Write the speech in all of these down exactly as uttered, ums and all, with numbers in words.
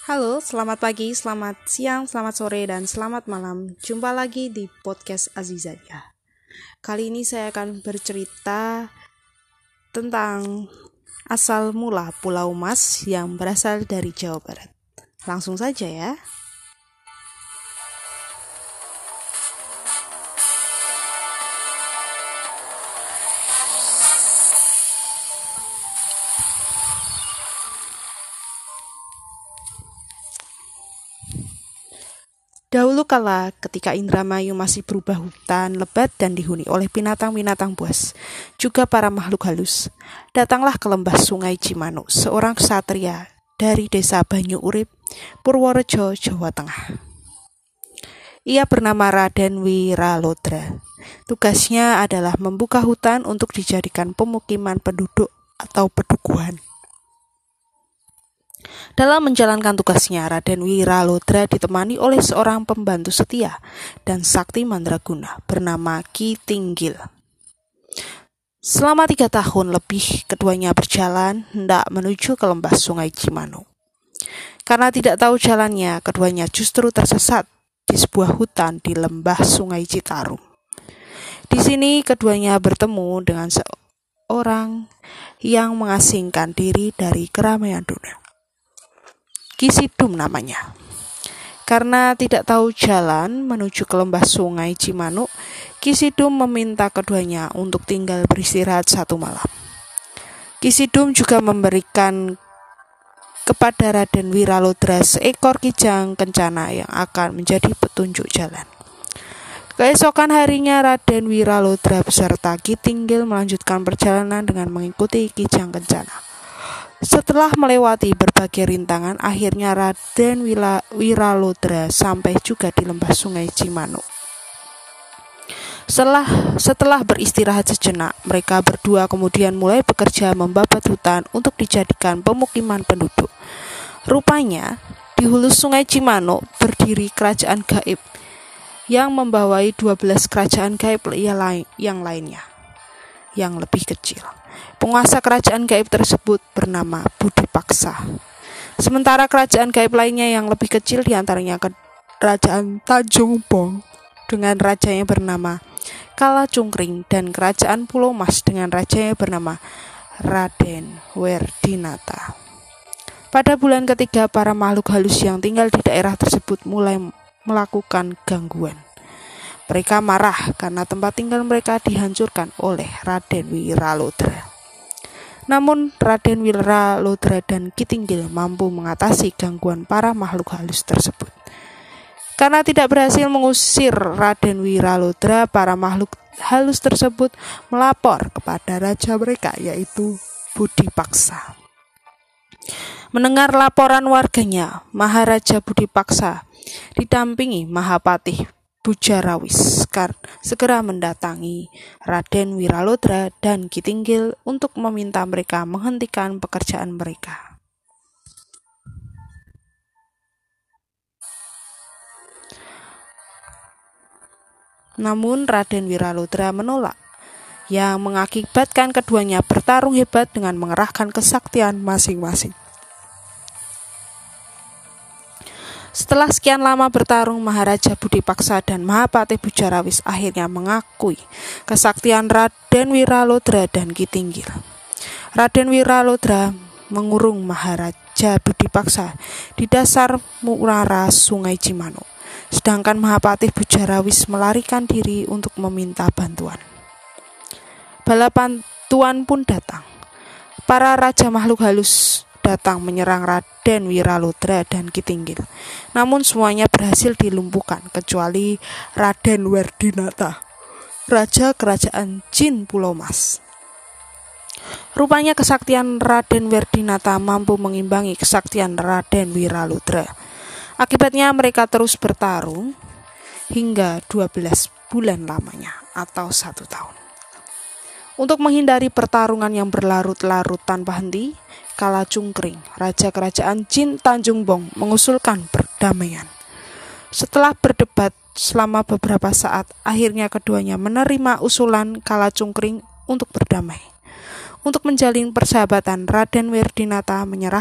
Halo, selamat pagi, selamat siang, selamat sore, dan selamat malam. Jumpa lagi di podcast Azizadia. Kali ini saya akan bercerita tentang asal mula Pulau Mas yang berasal dari Jawa Barat. Langsung saja ya. Dahulu kala, ketika Indramayu masih berubah hutan lebat dan dihuni oleh binatang-binatang buas, juga para makhluk halus, datanglah ke lembah Sungai Cimanuk seorang ksatria dari desa Banyu Urip, Purworejo, Jawa Tengah. Ia bernama Raden Wiralodra. Tugasnya adalah membuka hutan untuk dijadikan pemukiman penduduk atau pedukuhan. Dalam menjalankan tugasnya, Raden Wiralodra ditemani oleh seorang pembantu setia dan sakti mandraguna bernama Ki Tinggil. Selama tiga tahun lebih, keduanya berjalan hendak menuju ke lembah Sungai Cimanuk. Karena tidak tahu jalannya, keduanya justru tersesat di sebuah hutan di lembah Sungai Citarum. Di sini keduanya bertemu dengan seorang yang mengasingkan diri dari keramaian dunia. Ki Sidum namanya. Karena tidak tahu jalan menuju ke lembah Sungai Cimanuk, Ki Sidum meminta keduanya untuk tinggal beristirahat satu malam. Ki Sidum juga memberikan kepada Raden Wiralodra seekor kijang kencana yang akan menjadi petunjuk jalan. Keesokan harinya, Raden Wiralodra beserta Ki Tinggil melanjutkan perjalanan dengan mengikuti kijang kencana. Setelah melewati berbagai rintangan, akhirnya Raden Wiralodra sampai juga di lembah Sungai Cimanuk. Setelah, setelah beristirahat sejenak, mereka berdua kemudian mulai bekerja membabat hutan untuk dijadikan pemukiman penduduk. Rupanya, di hulu Sungai Cimanuk berdiri kerajaan gaib yang membawai dua belas kerajaan gaib yang lainnya, yang lebih kecil. Penguasa kerajaan gaib tersebut bernama Budipaksa. Sementara kerajaan gaib lainnya yang lebih kecil diantaranya kerajaan Tanjung Bong dengan rajanya bernama Kalacungkring dan kerajaan Pulau Mas dengan rajanya bernama Raden Werdinata. Pada bulan ketiga, para makhluk halus yang tinggal di daerah tersebut mulai melakukan gangguan. Mereka marah karena tempat tinggal mereka dihancurkan oleh Raden Wiralodra. Namun Raden Wiralodra dan Ki Tinggil mampu mengatasi gangguan para makhluk halus tersebut. Karena tidak berhasil mengusir Raden Wiralodra, para makhluk halus tersebut melapor kepada raja mereka, yaitu Budipaksa. Mendengar laporan warganya, Maharaja Budipaksa didampingi Mahapatih Bujarawis segera mendatangi Raden Wiralodra dan Ki Tinggil untuk meminta mereka menghentikan pekerjaan mereka. Namun Raden Wiralodra menolak, yang mengakibatkan keduanya bertarung hebat dengan mengerahkan kesaktian masing-masing. Setelah sekian lama bertarung, Maharaja Budipaksa dan Mahapatih Bujarawis akhirnya mengakui kesaktian Raden Wiralodra dan Ki Tinggil. Raden Wiralodra mengurung Maharaja Budipaksa di dasar muara Sungai Cimanuk, sedangkan Mahapatih Bujarawis melarikan diri untuk meminta bantuan. Bala bantuan pun datang. Para raja makhluk halus datang menyerang Raden Wiralodra dan Ki Tinggil. Namun semuanya berhasil dilumpuhkan kecuali Raden Werdinata, raja kerajaan Jin Pulau Mas. Rupanya kesaktian Raden Werdinata mampu mengimbangi kesaktian Raden Wiralodra. Akibatnya mereka terus bertarung hingga dua belas bulan lamanya atau satu tahun. Untuk menghindari pertarungan yang berlarut-larut tanpa henti, Kalacungkring, raja kerajaan Jin Tanjung Bong, mengusulkan perdamaian. Setelah berdebat selama beberapa saat, akhirnya keduanya menerima usulan Kalacungkring untuk berdamai. Untuk menjalin persahabatan, Raden Werdinata menyerahkan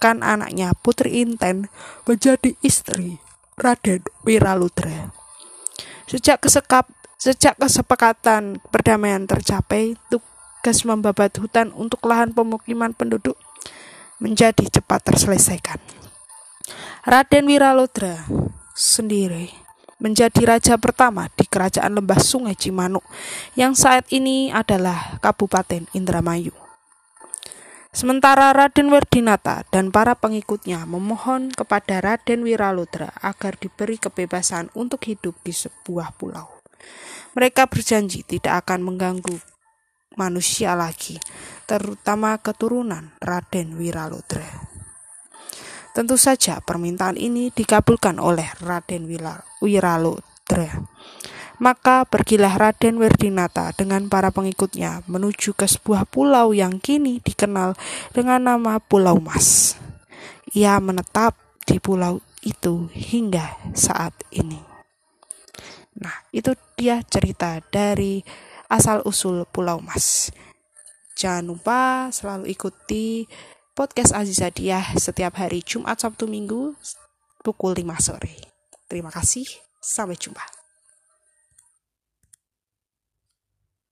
menitipkan anaknya Putri Inten menjadi istri Raden Wiraludra. Sejak kesekap, sejak kesepakatan perdamaian tercapai, tugas membabat hutan untuk lahan pemukiman penduduk menjadi cepat terselesaikan. Raden Wiraludra sendiri menjadi raja pertama di kerajaan Lembah Sungai Cimanuk yang saat ini adalah Kabupaten Indramayu. Sementara Raden Werdinata dan para pengikutnya memohon kepada Raden Wiraludra agar diberi kebebasan untuk hidup di sebuah pulau. Mereka berjanji tidak akan mengganggu manusia lagi, terutama keturunan Raden Wiraludra. Tentu saja permintaan ini dikabulkan oleh Raden Wiraludra. Maka pergilah Raden Werdinata dengan para pengikutnya menuju ke sebuah pulau yang kini dikenal dengan nama Pulau Mas. Ia menetap di pulau itu hingga saat ini. Nah, itu dia cerita dari asal-usul Pulau Mas. Jangan lupa selalu ikuti podcast Aziza Diah setiap hari Jumat, Sabtu, Minggu pukul lima sore. Terima kasih, sampai jumpa.